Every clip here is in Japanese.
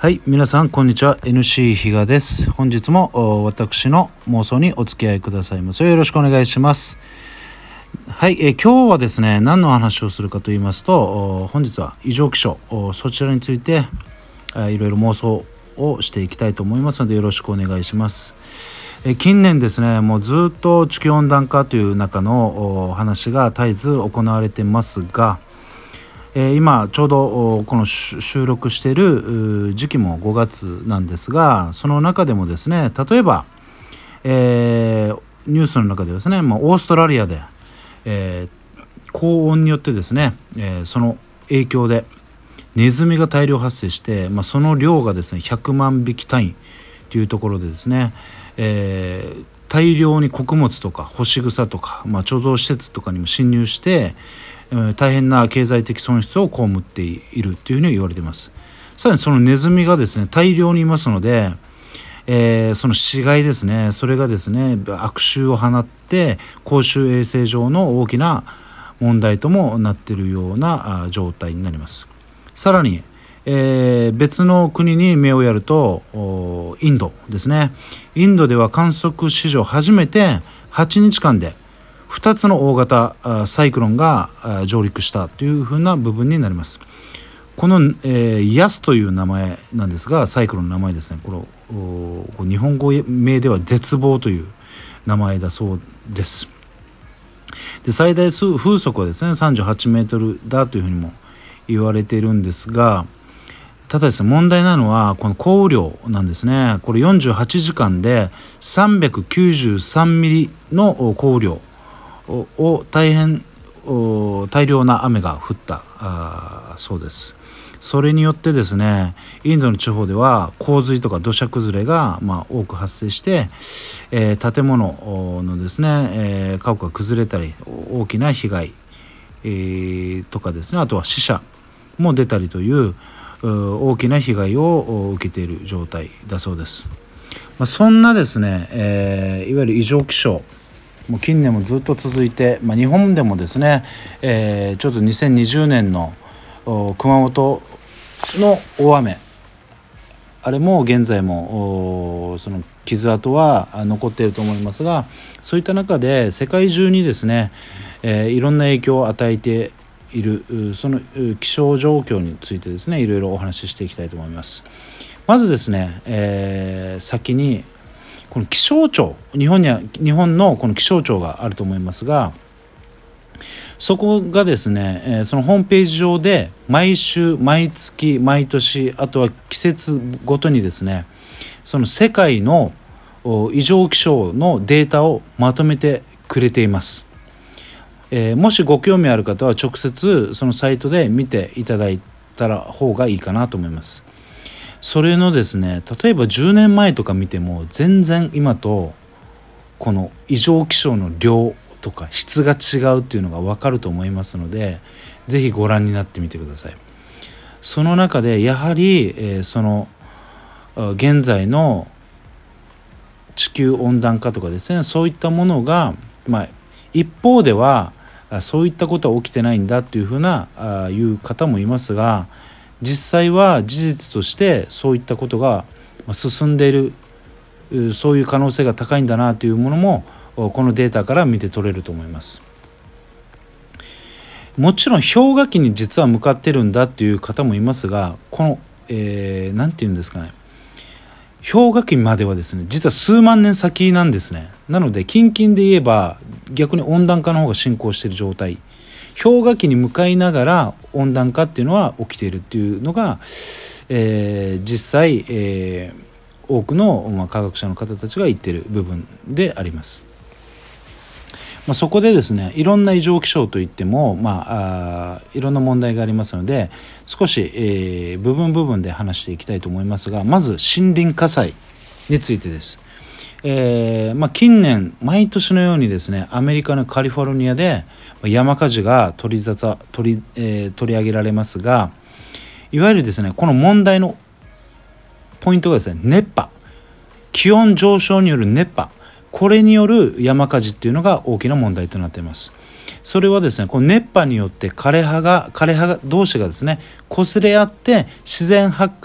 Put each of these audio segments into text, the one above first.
はい、皆さんこんにちは。 NC 比嘉です。本日も私の妄想にお付き合いくださいますよろしくお願いします。はい、今日はですね、何の話をするかと言いますと、本日は異常気象、そちらについていろいろ妄想をしていきたいと思いますのでよろしくお願いします。近年ですね、もうずっと地球温暖化という中の話が絶えず行われてますが、今ちょうどこの収録している時期も5月なんですが、その中でもですね、例えば、ニュースの中でですね、オーストラリアで、高温によってですね、その影響でネズミが大量発生して、その量がですね100万匹単位というところでですね、大量に穀物とか干し草とか、貯蔵施設とかにも侵入して大変な経済的損失を被っているというふうに言われています。さらにそのネズミがですね大量にいますので、その死骸ですね、それがですね悪臭を放って公衆衛生上の大きな問題ともなっているような状態になります。さらに、別の国に目をやるとインドですね。インドでは観測史上初めて8日間で2つの大型サイクロンが上陸したというふうな部分になります。この、ヤスという名前なんですが、サイクロンの名前ですね、これ日本語名では絶望という名前だそうです。で、最大風速はですね38メートルだというふうにも言われているんですが、ただですね、問題なのはこの降雨量なんですね。これ48時間で393ミリの降雨量を大量な雨が降ったそうです。それによってですね、インドの地方では洪水とか土砂崩れが多く発生して、建物のですね、家屋が崩れたり大きな被害、とかですね、あとは死者も出たりという大きな被害を受けている状態だそうです。そんなですね、いわゆる異常気象もう近年もずっと続いて、日本でもですね、ちょっと2020年の熊本の大雨、あれも現在もその傷跡は残っていると思いますが、そういった中で世界中にですね、いろんな影響を与えているその気象状況についてですね、いろいろお話ししていきたいと思います。まずですね、先にこの気象庁、日本のこの気象庁があると思いますが、そこがですね、そのホームページ上で毎週毎月毎年、あとは季節ごとにですね、その世界の異常気象のデータをまとめてくれています。もしご興味ある方は直接そのサイトで見ていただいたら方がいいかなと思います。それのですね、例えば10年前とか見ても全然今とこの異常気象の量とか質が違うっていうのが分かると思いますので、ぜひご覧になってみてください。その中でやはり、その現在の地球温暖化とかですね、そういったものが、一方ではそういったことは起きてないんだっていうふうないう方もいますが、実際は事実としてそういったことが進んでいる、そういう可能性が高いんだなというものもこのデータから見て取れると思います。もちろん氷河期に実は向かってるんだっていう方もいますが、このなんていうんですかね、氷河期まではですね実は数万年先なんですね。なので近々で言えば逆に温暖化の方が進行している状態、氷河期に向かいながら温暖化っていうのは起きているっていうのが、実際、多くの科学者の方たちが言っている部分であります。そこでですね、いろんな異常気象といっても、いろんな問題がありますので、少し、部分で話していきたいと思いますが、まず森林火災についてです。近年毎年のようにですね、アメリカのカリフォルニアで山火事が取り上げられますが、いわゆるですね、この問題のポイントがですね、熱波、気温上昇による熱波、これによる山火事っていうのが大きな問題となっています。それはですね、この熱波によって枯れ葉同士がですね擦れ合って自然発火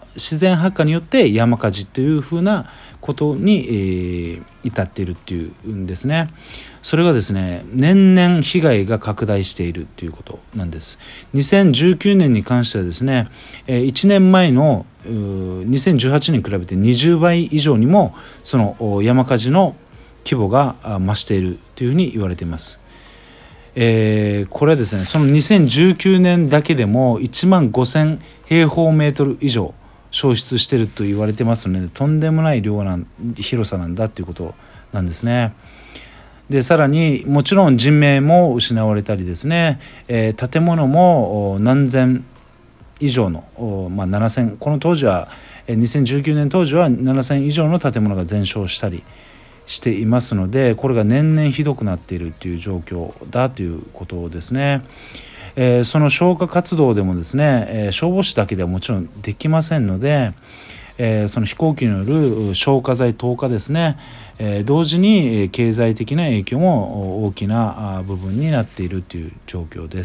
自然発火によって山火事というふうなことに、至っているっていうんですね。それがですね年々被害が拡大しているということなんです。2019年に関してはですね、1年前の2018年に比べて20倍以上にもその山火事の規模が増しているというふうに言われています。これはですねその2019年だけでも1万5000平方メートル以上消失していると言われてますので、とんでもない広さなんだということなんですね。でさらにもちろん人命も失われたりですね、建物も何千以上の、7000、この当時は2019年当時は7000以上の建物が全焼したりしていますので、これが年々ひどくなっているという状況だということですね。その消火活動でもですね、消防士だけではもちろんできませんので、その飛行機による消火剤投下ですね、同時に経済的な影響も大きな部分になっているという状況です。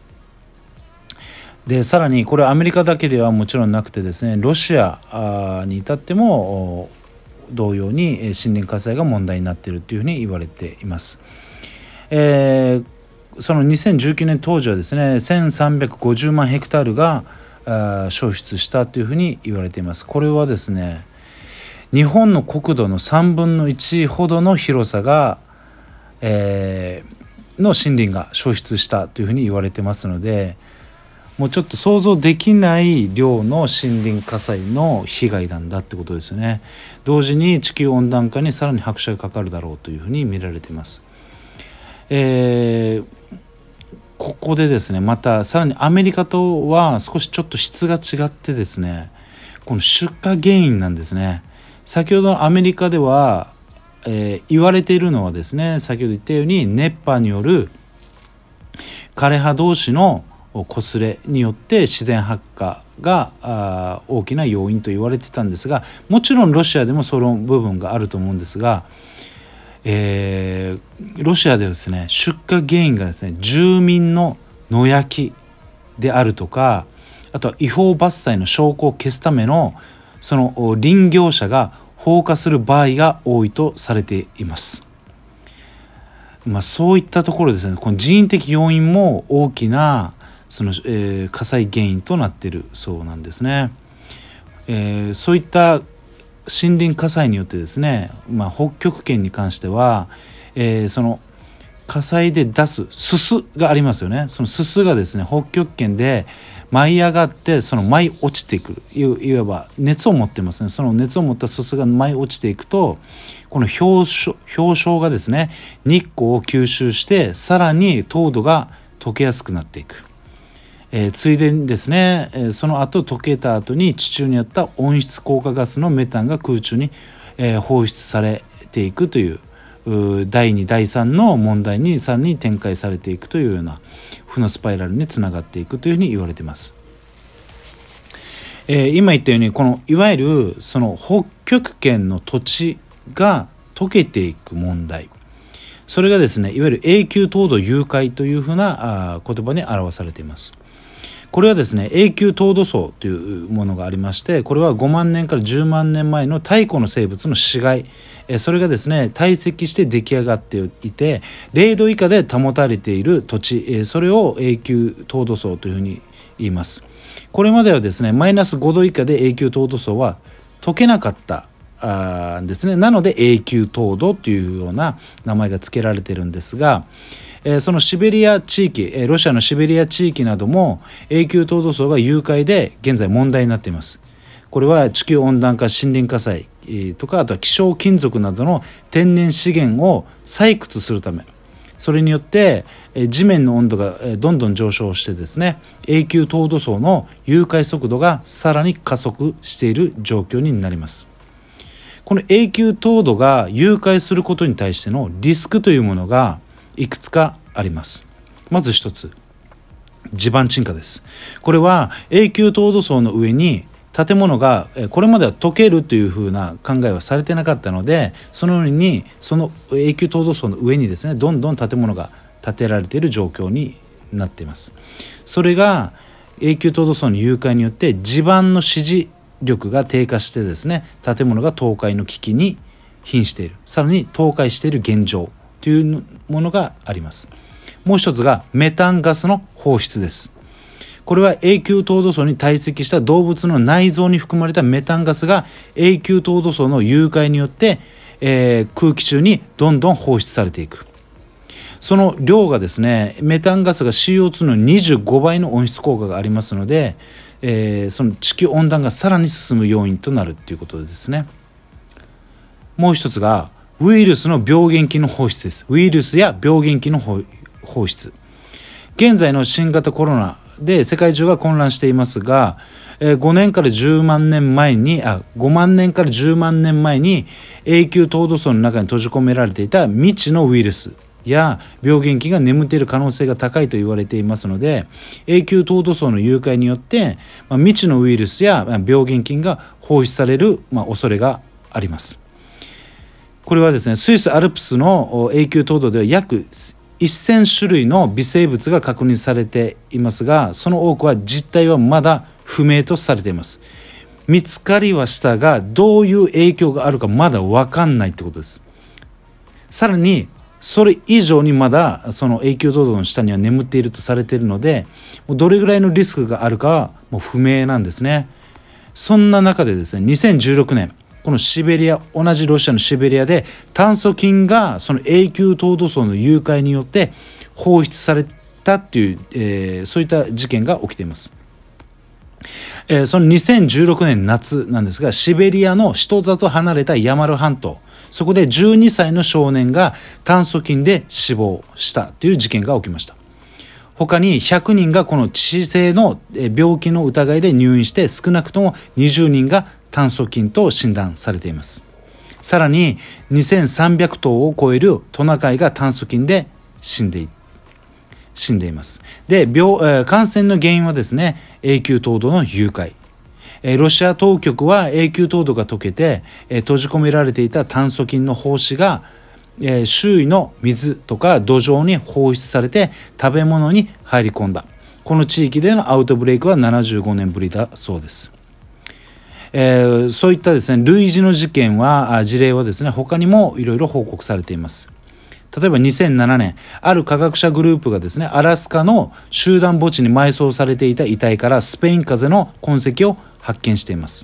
でさらにこれアメリカだけではもちろんなくてですね、ロシアに至っても同様に森林火災が問題になっているというふうに言われています。その2019年当時はですね1350万ヘクタールが消失したというふうに言われています。これはですね日本の国土の3分の1ほどの広さが、の森林が消失したというふうに言われてますので、もうちょっと想像できない量の森林火災の被害なんだってことですよね。同時に地球温暖化にさらに拍車がかかるだろうというふうに見られています。ここでですねまたさらにアメリカとは少しちょっと質が違ってですね、この出火原因なんですね。先ほどのアメリカでは、言われているのはですね、先ほど言ったように熱波による枯葉同士の擦れによって自然発火が大きな要因と言われてたんですが、もちろんロシアでもその部分があると思うんですが、ロシアではですね出火原因がですね住民の野焼きであるとか、あとは違法伐採の証拠を消すためのその林業者が放火する場合が多いとされています。そういったところですね、この人為的要因も大きなその、火災原因となっているそうなんですね。そういった森林火災によってですね、北極圏に関しては、その火災で出すすすがありますよね。そのすすがですね北極圏で舞い上がってその舞い落ちてくる、いわば熱を持ってますね。その熱を持ったすすが舞い落ちていくと、この氷床がですね日光を吸収してさらに凍土が溶けやすくなっていく。ついでにですね、その後溶けた後に地中にあった温室効果ガスのメタンが空中に、放出されていくという第2第3の問題にさらに展開されていくというような負のスパイラルにつながっていくというふうに言われています。今言ったようにこのいわゆるその北極圏の土地が溶けていく問題、それがですねいわゆる永久凍土融解というふうな言葉に表されています。これはですね永久凍土層というものがありまして、これは5万年から10万年前の太古の生物の死骸、それがですね堆積して出来上がっていて0度以下で保たれている土地、それを永久凍土層というふうに言います。これまではですねマイナス5度以下で永久凍土層は溶けなかったですね。なので永久凍土というような名前が付けられているんですが、そのシベリア地域、ロシアのシベリア地域なども永久凍土層が融解で現在問題になっています。これは地球温暖化、森林火災とか、あとは希少金属などの天然資源を採掘するため、それによって地面の温度がどんどん上昇してですね永久凍土層の融解速度がさらに加速している状況になります。この永久凍土が融解することに対してのリスクというものがいくつかあります。まず一つ、地盤沈下です。これは永久凍土層の上に建物がこれまでは溶けるというふうな考えはされてなかったので、その上にその永久凍土層の上にですねどんどん建物が建てられている状況になっています。それが永久凍土層の融解によって地盤の支持力が低下してですね、建物が倒壊の危機に瀕している、さらに倒壊している現状というものがあります。もう一つがメタンガスの放出です。これは永久凍土層に堆積した動物の内臓に含まれたメタンガスが永久凍土層の融解によって、空気中にどんどん放出されていく。その量がですね、メタンガスが CO2 の25倍の温室効果がありますので、その地球温暖化がさらに進む要因となるということですね。もう一つがウイルスの病原菌の放出です。ウイルスや病原菌の放出。現在の新型コロナで世界中が混乱していますが、5年から10万年前に5万年から10万年前に永久凍土層の中に閉じ込められていた未知のウイルスや病原菌が眠っている可能性が高いと言われていますので、永久凍土層の融解によって未知のウイルスや病原菌が放出される恐れがあります。これはですね、スイスアルプスの永久凍土では約1000種類の微生物が確認されていますが、その多くは実態はまだ不明とされています。見つかりはしたが、どういう影響があるかまだ分かんないってことです。さらにそれ以上にまだその永久凍土の下には眠っているとされているので、どれぐらいのリスクがあるかはもう不明なんですね。そんな中でですね、2016年このシベリア、同じロシアのシベリアで炭素菌がその永久凍土層の融解によって放出されたっていう、そういった事件が起きています。その2016年夏なんですが、シベリアの人里離れたヤマル半島、そこで12歳の少年が炭疽菌で死亡したという事件が起きました。他に100人がこの致死性の病気の疑いで入院して、少なくとも20人が炭疽菌と診断されています。さらに2300頭を超えるトナカイが炭疽菌で死んでいます。で、感染の原因はですね、永久凍土の融解。ロシア当局は永久凍土が溶けて閉じ込められていた炭疽菌の胞子が周囲の水とか土壌に放出されて食べ物に入り込んだ。この地域でのアウトブレイクは75年ぶりだそうです。そういったですね、類似の事例はですね、他にもいろいろ報告されています。例えば2007年、ある科学者グループがですね、アラスカの集団墓地に埋葬されていた遺体からスペイン風邪の痕跡を発見しています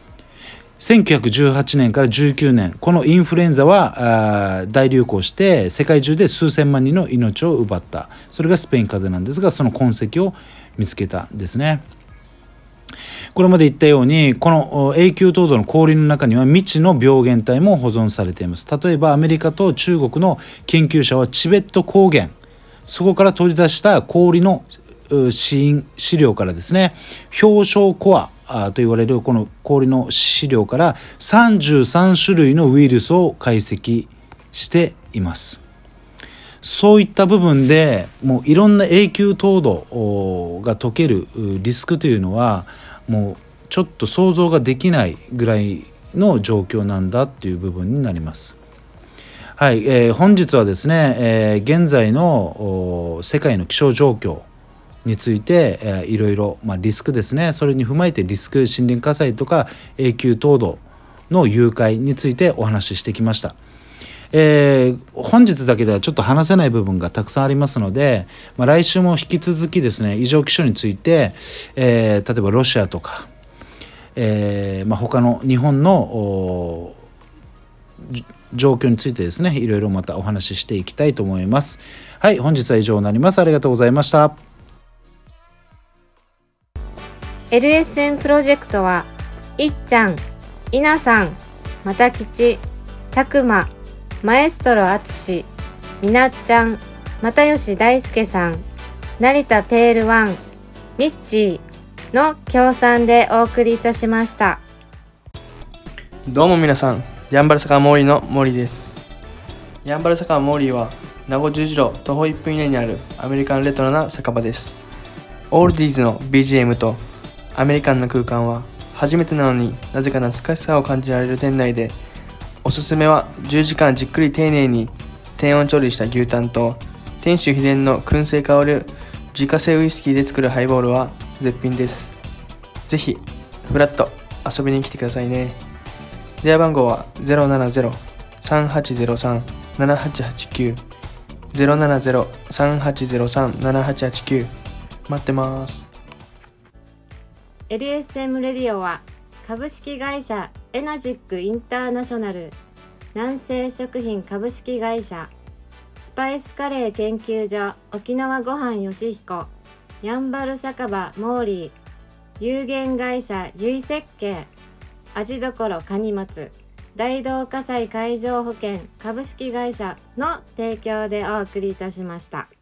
。1918年から19年、このインフルエンザは大流行して世界中で数千万人の命を奪った。それがスペイン風邪なんですが、その痕跡を見つけたんですね。これまで言ったように、この永久凍土の氷の中には未知の病原体も保存されています。例えばアメリカと中国の研究者はチベット高原、そこから取り出した氷の試料からですね、氷床コアと言われるこの氷の試料から33種類のウイルスを解析しています。そういった部分でもういろんな永久凍土が溶けるリスクというのはもうちょっと想像ができないぐらいの状況なんだっていう部分になります。はい、本日はですね、現在の世界の気象状況について、いろいろ、リスクですね、それに踏まえてリスク、森林火災とか永久凍土の融解についてお話ししてきました。本日だけではちょっと話せない部分がたくさんありますので、来週も引き続きですね、異常気象について、例えばロシアとか、他の日本の状況についてですね、いろいろまたお話ししていきたいと思います。はい、本日は以上になります。ありがとうございました。 LSN プロジェクトは、いっちゃん、いなさん、またきち、たくま、マエストロあつし、みなっちゃん、又吉大輔さん、成田ペールワン、ミッチーの協賛でお送りいたしました。 どうも皆さん、やんばる坂モーリーのモーリーです。やんばる坂モーリーは名護十字路徒歩1分以内にあるアメリカンレトロな酒場です。オールディーズの BGM とアメリカンな空間は初めてなのになぜか懐かしさを感じられる店内で、おすすめは10時間じっくり丁寧に低温調理した牛タンと店主秘伝の燻製香る自家製ウイスキーで作るハイボールは絶品です。ぜひフラッと遊びに来てくださいね。電話番号は 070-3803-7889 070-3803-7889 待ってます。 LSM レディオは株式会社エナジックインターナショナル、南西食品株式会社、スパイスカレー研究所沖縄ごはんよしひこ、やんばる酒場モーリー、有限会社ゆい設計、味どころかに松、大同火災海上保険株式会社の提供でお送りいたしました。